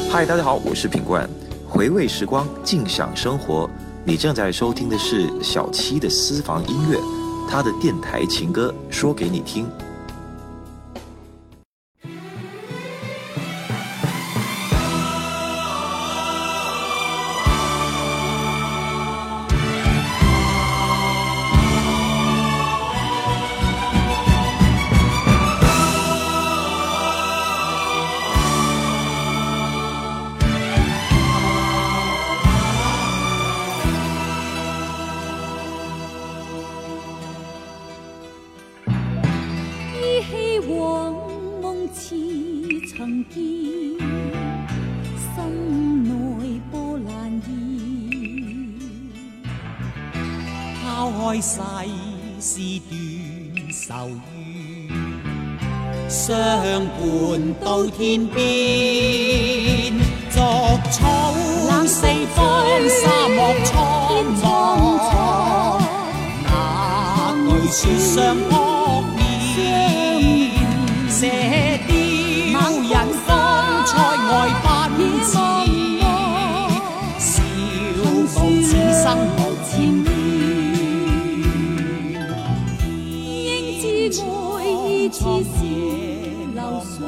嗨，大家好，我是品冠，回味时光，尽享生活。你正在收听的是小七的私房音乐，他的电台情歌说给你听。 世事斷愁怨，相伴到天邊。逐草四方，沙漠蒼茫，那句說相撲面，射雕人風塞外奔馳，笑傲此生無前緣。似是流水，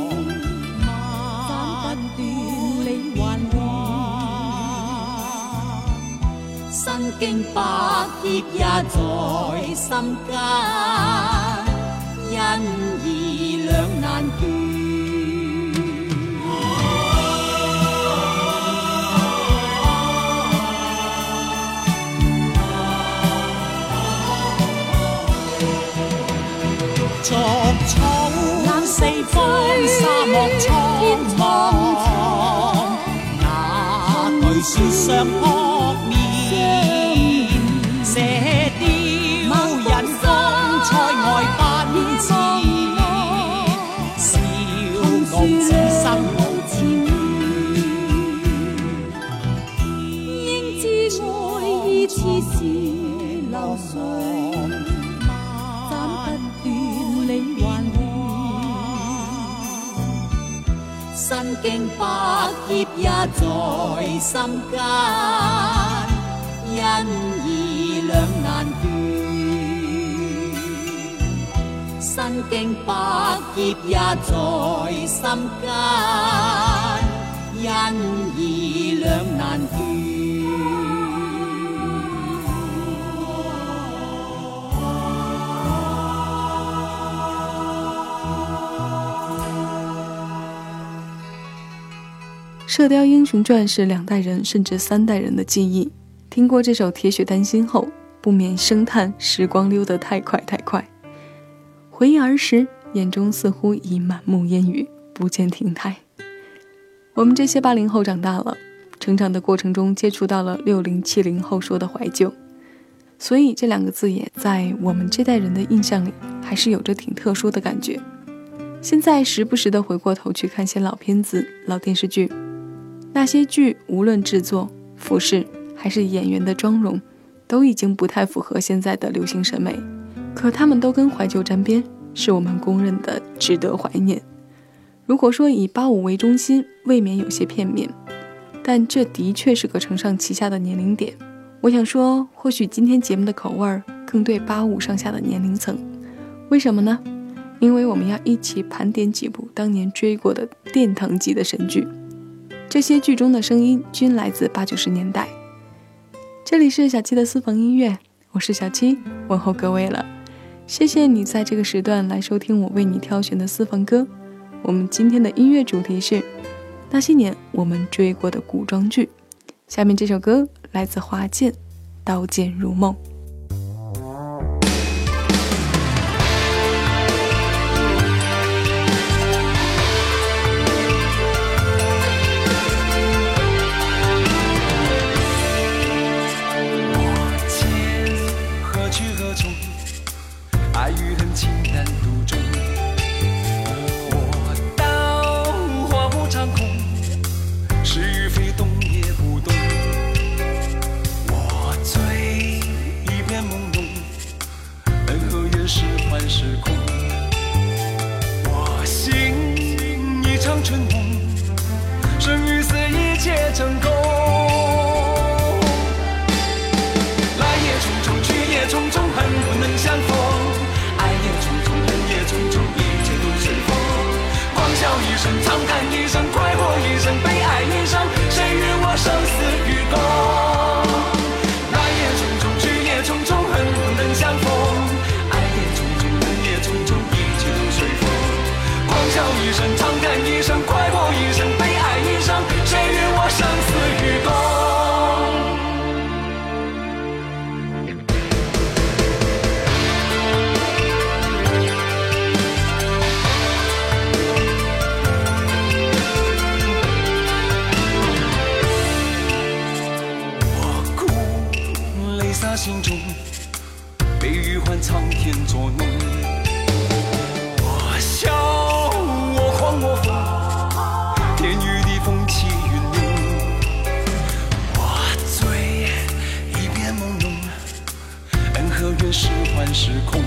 斬不斷理還亂，身經百劫也在心間，因義兩難斷。逐草四方，沙漠蒼茫，那句說相撲面，射雕人風塞外奔馳，笑傲此生無前緣。應知愛意似是流水，身經百劫也在心間，因義兩難斷。身經百劫也在心間，因義兩難斷。 《射雕英雄传》是2代人甚至3代人的记忆。听过这首《铁血丹心》后，不免声叹时光溜得太快太快。回忆儿时，眼中似乎已满目烟雨，不见亭台。我们这些80后长大了，成长的过程中接触到了60、70后说的怀旧，所以这2个字眼在我们这代人的印象里，还是有着挺特殊的感觉。现在时不时地回过头去看些老片子、老电视剧。那些剧无论制作、服饰还是演员的妆容，都已经不太符合现在的流行审美，可他们都跟怀旧沾边，是我们公认的值得怀念。如果说以85为中心，未免有些片面，但这的确是个承上启下的年龄点。我想说，或许今天节目的口味更对85上下的年龄层。为什么呢？因为我们要一起盘点几部当年追过的殿堂级的神剧，这些剧中的声音均来自80、90年代。这里是小七的私房音乐，我是小七，问候各位了。谢谢你在这个时段来收听我为你挑选的私房歌。我们今天的音乐主题是那些年我们追过的古装剧。下面这首歌来自华健，《刀剑如梦》。 生于一生，长叹一生，快活一生，悲哀一生，谁与我生死与共？我哭，泪洒心中，悲与欢，苍天作弄。我笑，我狂，我疯，天与地，风起云涌。我醉，一片朦胧，恩和怨，是幻是空。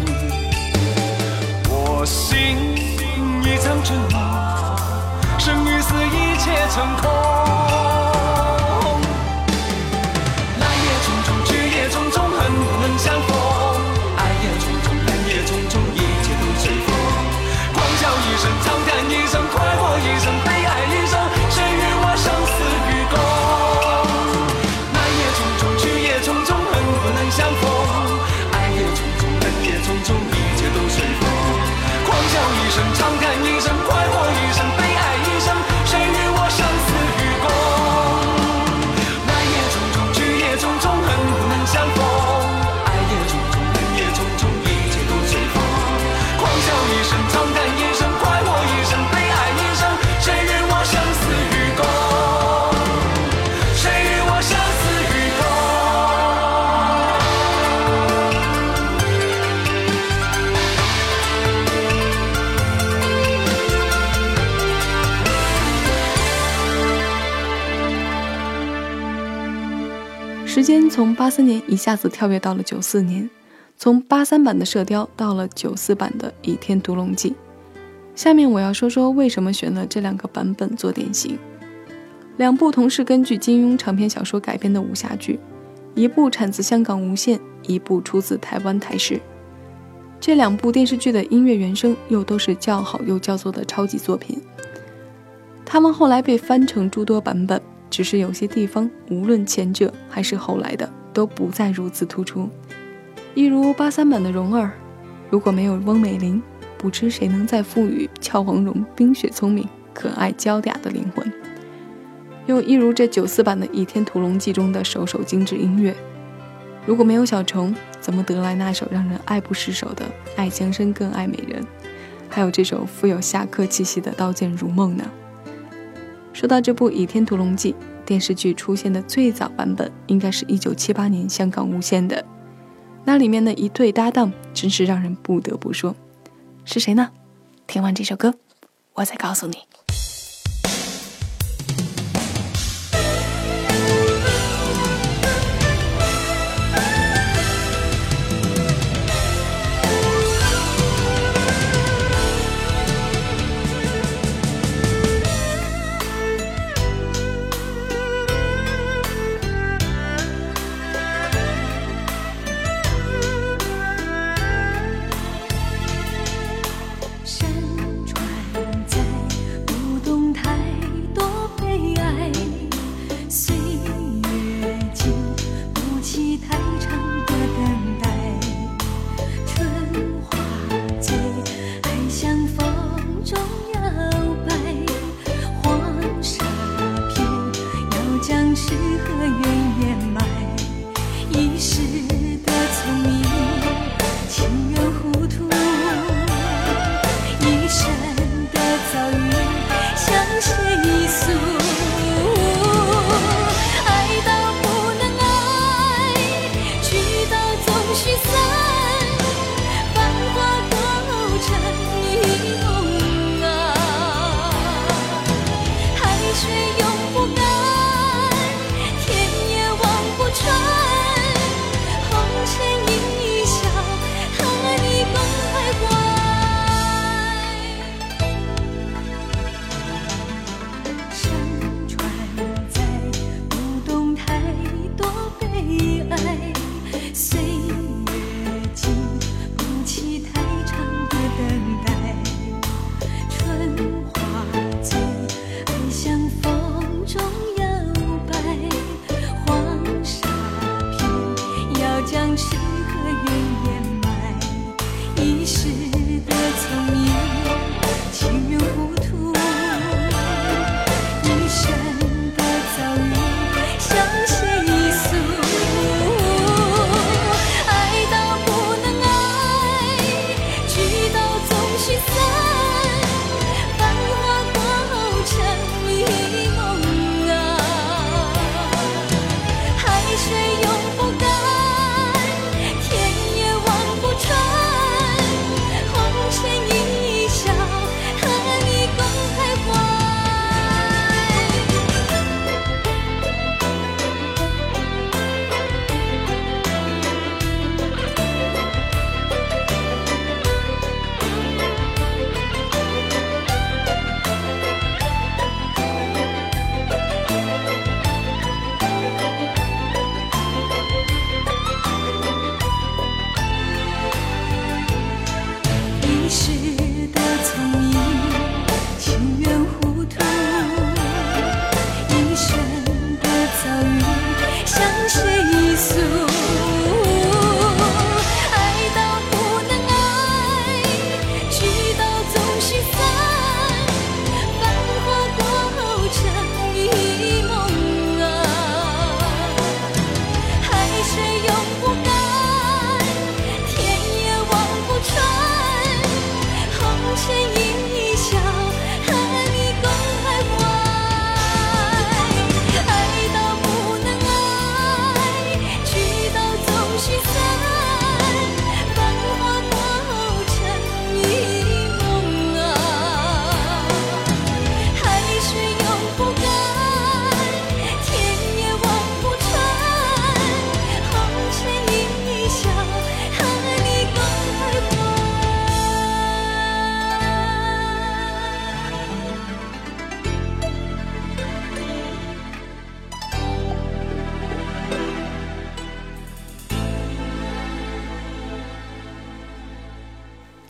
我心，一场春梦，生与死，一切成空。来也匆匆，去也匆匆，恨不能相逢。爱也匆匆，恨也匆匆，一切都随风。狂笑一声，长叹一声，快活一生，悲哀一生，谁与我生死与共？来也匆匆，去也匆匆，恨不能相逢。爱也匆匆，恨也匆匆，一切都随风。狂笑一声，长叹一声，快活一生，悲哀一生，谁与我生死与共？来也匆匆，去也匆匆，恨不能相逢。爱也匆匆，恨也匆匆，一切都随风。狂笑一声，长叹一声，快活一生，悲哀一生，谁与我生死与共？谁与我生死与共？ 时间从83年一下子跳跃到了94年，从83版的射雕到了94版的倚天屠龙记。下面我要说说为什么选了这两个版本做典型。两部同是根据金庸长篇小说改编的武侠剧，一部产自香港无线，一部出自台湾台视。这两部电视剧的音乐原声又都是叫好又叫座的超级作品。他们后来被翻成诸多版本，只是有些地方无论前者还是后来的都不再如此突出。一如83版的蓉儿，如果没有翁美玲，不知谁能再赋予俏黄蓉冰雪聪明可爱娇嗲的灵魂。又一如这94版的倚天屠龙记中的首首精致音乐，如果没有小虫，怎么得来那首让人爱不释手的爱江山更爱美人，还有这首富有侠客气息的刀剑如梦呢？说到这部倚天屠龙记，电视剧出现的最早版本应该是1978年香港无线的，那里面的一对搭档真是让人不得不说，是谁呢？听完这首歌我再告诉你。 山川在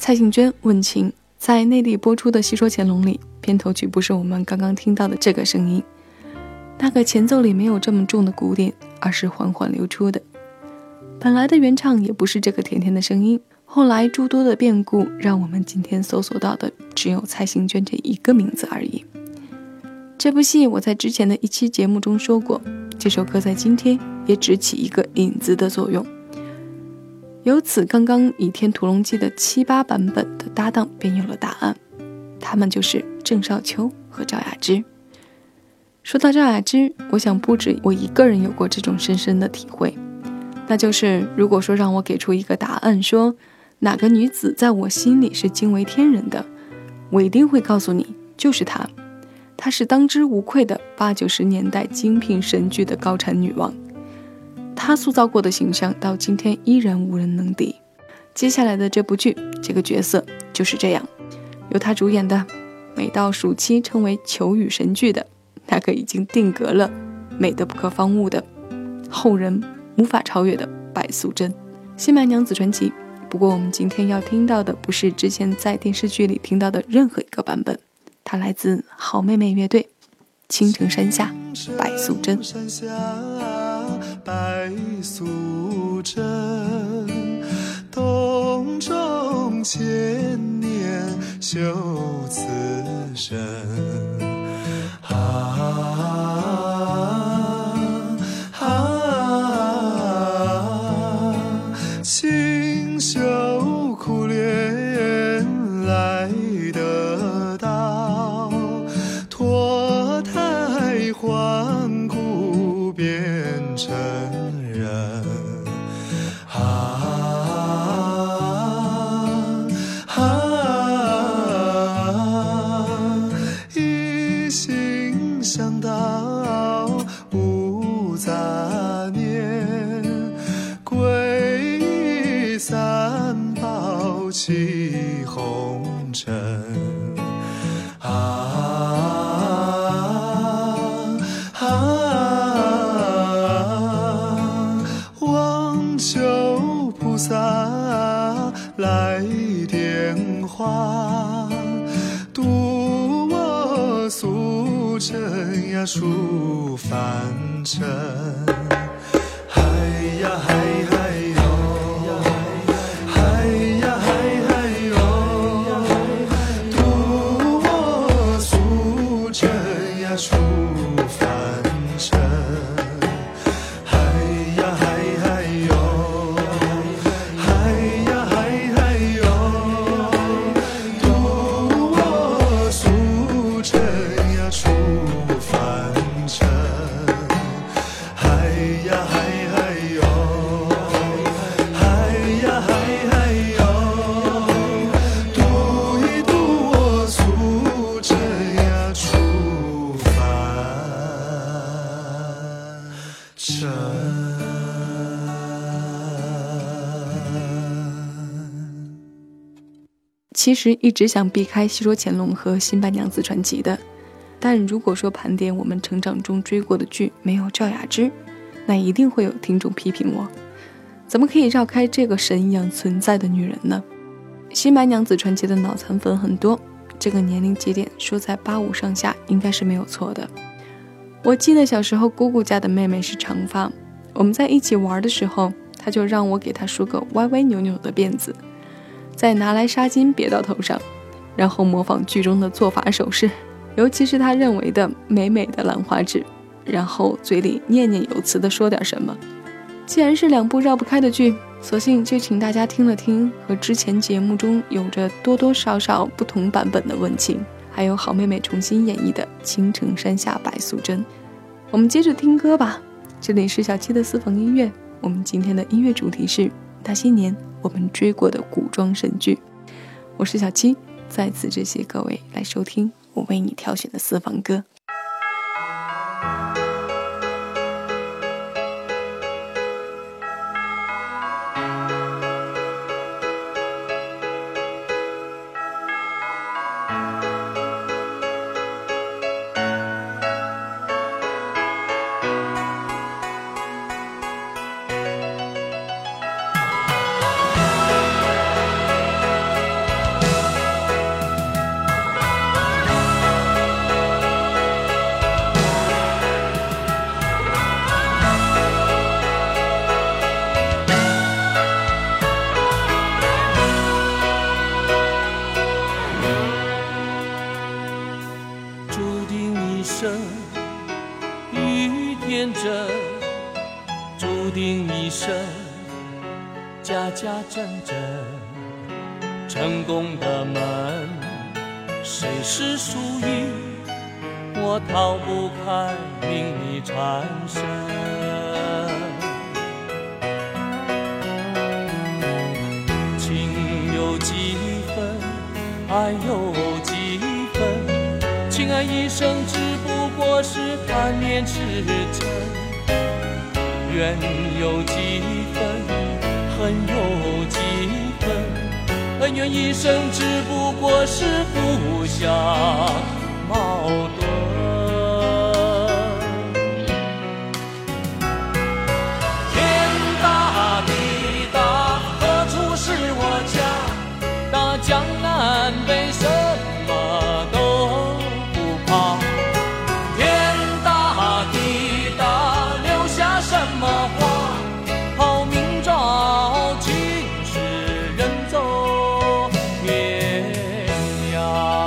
蔡幸娟问情，在内地播出的《戏说乾隆》里，片头曲不是我们刚刚听到的这个声音，那个前奏里没有这么重的鼓点，而是缓缓流出的。本来的原唱也不是这个甜甜的声音，后来诸多的变故让我们今天搜索到的只有蔡幸娟这一个名字而已。这部戏我在之前的一期节目中说过，这首歌在今天也只起一个引子的作用。由此，刚刚《倚天屠龙记》的7、8版本的搭档便有了答案，他们就是郑少秋和赵雅芝。说到赵雅芝，我想不止我一个人有过这种深深的体会，那就是如果说让我给出一个答案，说哪个女子在我心里是惊为天人的，我一定会告诉你，就是她。她是当之无愧的80、90年代精品神剧的高产女王，她塑造过的形象到今天依然无人能敌。接下来的这部剧，这个角色就是这样，由她主演的，每到暑期称为求雨神剧的那个已经定格了、美得不可方物的、后人无法超越的白素贞。新白娘子传奇。不过我们今天要听到的不是之前在电视剧里听到的任何一个版本，它来自好妹妹乐队《青城山下白素贞》。 白素贞，洞中千年修此身。清秀苦练来得到，脱胎换骨变成人。一心向道无杂念，皈三宝弃红尘。望求菩萨来点化，渡我素贞呀出凡尘。嗨呀嗨嗨哟，嗨呀嗨嗨哟，渡我素贞呀出凡尘。嗨呀嗨嗨哟，嗨呀嗨嗨哟，渡我素贞呀出凡尘。嗨呀嗨嗨哟，嗨呀嗨嗨哟，渡一渡我素贞呀出凡尘。 其实一直想避开《戏说乾隆》和《新白娘子传奇》的，但如果说盘点我们成长中追过的剧没有赵雅芝，那一定会有听众批评我，怎么可以绕开这个神一样存在的女人呢？《新白娘子传奇》的脑残粉很多，这个年龄节点说在85上下应该是没有错的。我记得小时候姑姑家的妹妹是长发，我们在一起玩的时候，她就让我给她梳个歪歪扭扭的辫子，再拿来纱巾别到头上，然后模仿剧中的做法手势，尤其是她认为的美美的兰花指，然后嘴里念念有词地说点什么。既然是2部绕不开的剧，索性就请大家听了听和之前节目中有着多多少少不同版本的温情，还有好妹妹重新演绎的《青城山下白素贞》。我们接着听歌吧，这里是小七的私房音乐，我们今天的音乐主题是那些年我们追过的古装神剧。我是小七，在此谢谢各位来收听我为你挑选的私房歌。 生遇天真，注定一生家家阵阵。成功的门，谁是输赢？我逃不开命里缠身。情有几分，爱有几分，情爱一生只不过是贪恋痴嗔。缘有几分，恨有几分，恩怨一生只不过是互相矛盾。天大地大，何处是我家？大江南北什么都不怕。天大地大，留下什么话？好明朝今世人走天涯。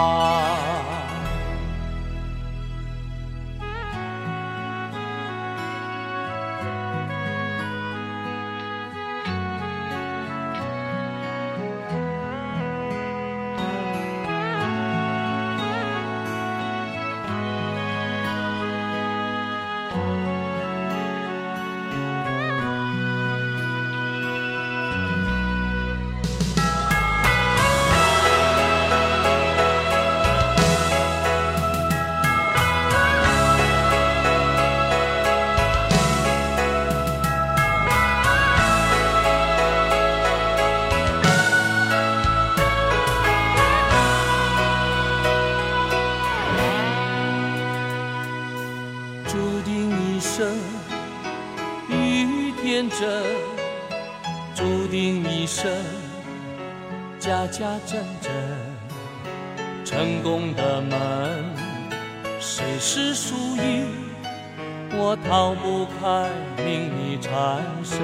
注定一生遇天真，注定一生家家阵阵。成功的门，谁是输赢？我逃不开命里缠身。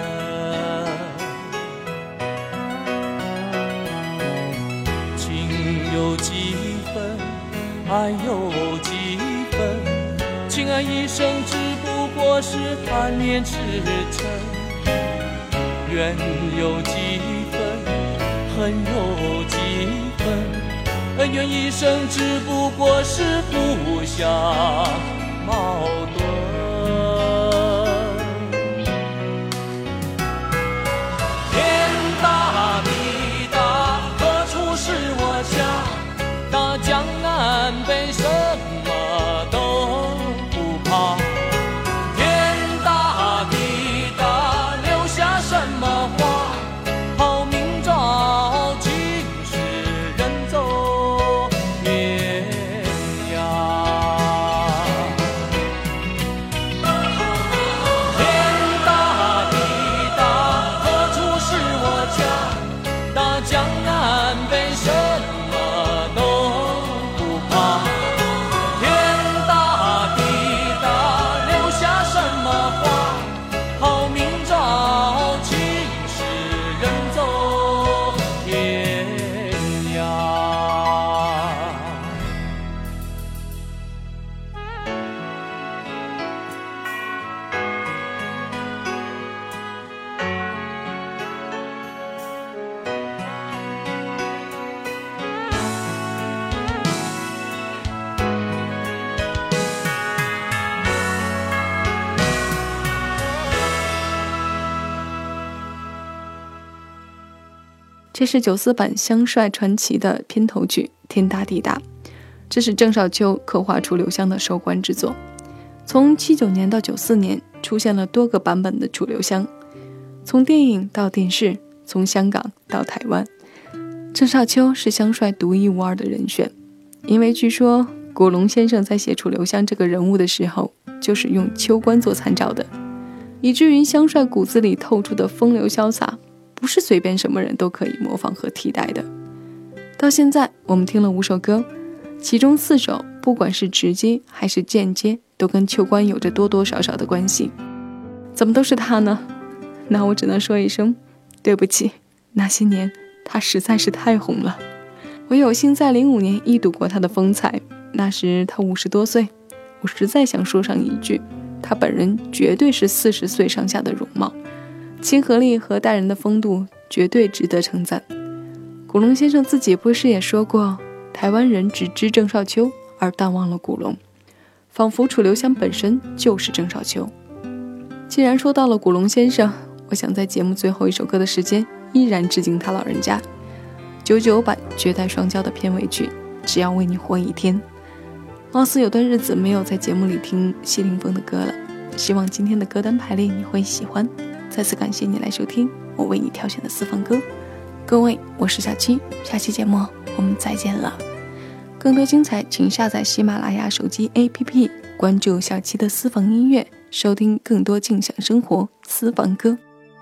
情有几分，爱有几分，情爱一生只不过是贪恋痴嗔。缘有几分，恨有几分，恩怨一生只不过是互相矛盾。天大地大，何处是我家？大江南北什么都不怕。天大地大，留下什么话？好明朝今世人走天涯。天大地大，何处是我家？大江南北什么都不怕。天大地大，留下什么话？好明朝今世人走天涯。 这是94版《香帅传奇》的片头曲《天大地大》，这是郑少秋刻画楚留香的收官之作。从79年到94年，出现了多个版本的楚留香，从电影到电视，从香港到台湾，郑少秋是香帅独一无二的人选。因为据说古龙先生在写楚留香这个人物的时候，就是用秋官做参照的，以至于香帅骨子里透出的风流潇洒，不是随便什么人都可以模仿和替代的。到现在我们听了5首歌，其中4首不管是直接还是间接，都跟秋官有着多多少少的关系。怎么都是他呢？那我只能说一声对不起，那些年他实在是太红了。我有幸在05年一睹过他的风采， 那时他50多岁，我实在想说上一句，他本人绝对是40岁上下的容貌，亲和力和待人的风度绝对值得称赞。古龙先生自己不是也说过，台湾人只知郑少秋而淡忘了古龙，仿佛楚留香本身就是郑少秋。既然说到了古龙先生，我想在节目最后一首歌的时间依然致敬他老人家，99版绝代双骄的片尾曲《只要为你活一天》。貌似有段日子没有在节目里听谢霆锋的歌了，希望今天的歌单排列你会喜欢。再次感谢你来收听我为你挑选的私房歌，各位，我是小七，下期节目我们再见了。更多精彩请下载喜马拉雅手机 APP， 关注小七的私房音乐，收听更多静享生活私房歌。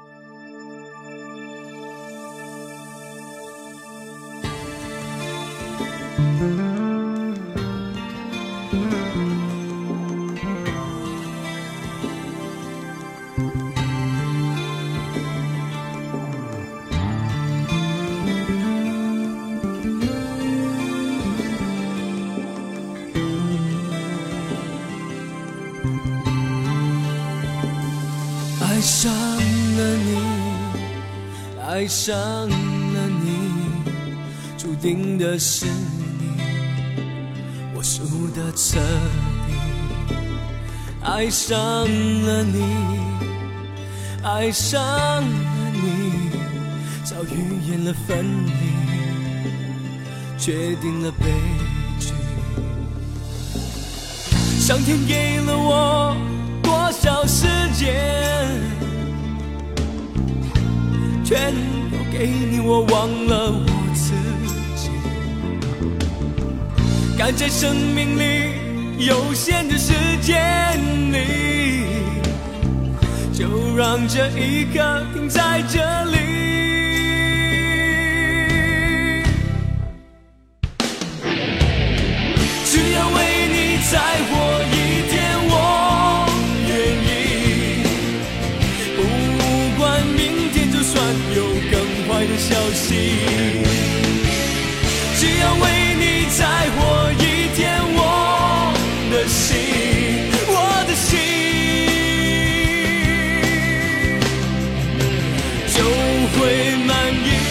爱上了你，爱上了你，注定的是你，我输得彻底。爱上了你，爱上了你，早预言了分离，决定了悲剧。上天给了我多少时间，全都给你，我忘了我自己。赶在生命里有限的时间里，就让这一刻停在这里。只要为你再活一天，我愿意。不管明天就算有更坏的消息，只要为你再活一天，我的心，我的心就会满意。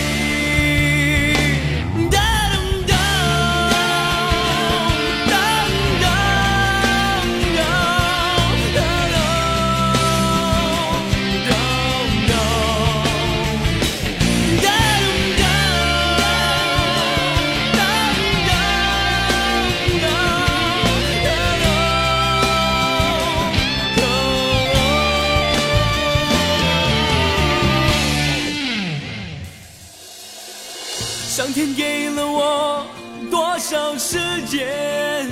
上天给了我多少时间，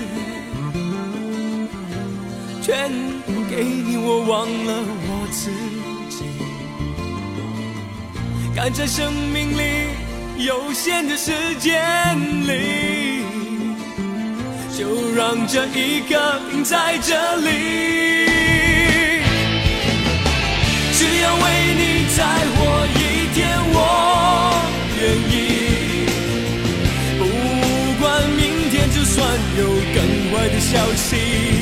全都给你，我忘了我自己。赶在生命里有限的时间里，就让这一刻停在这里。只要为你再活一天，我愿意。就算有更坏的消息，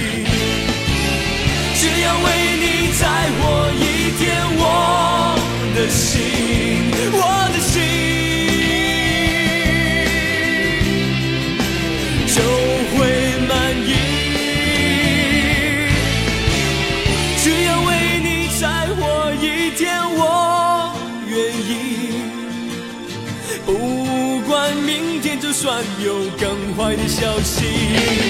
只要为你再活一天，我的心，我的心就会满意。只要为你再活一天，我愿意。不管明天就算有更坏的消息。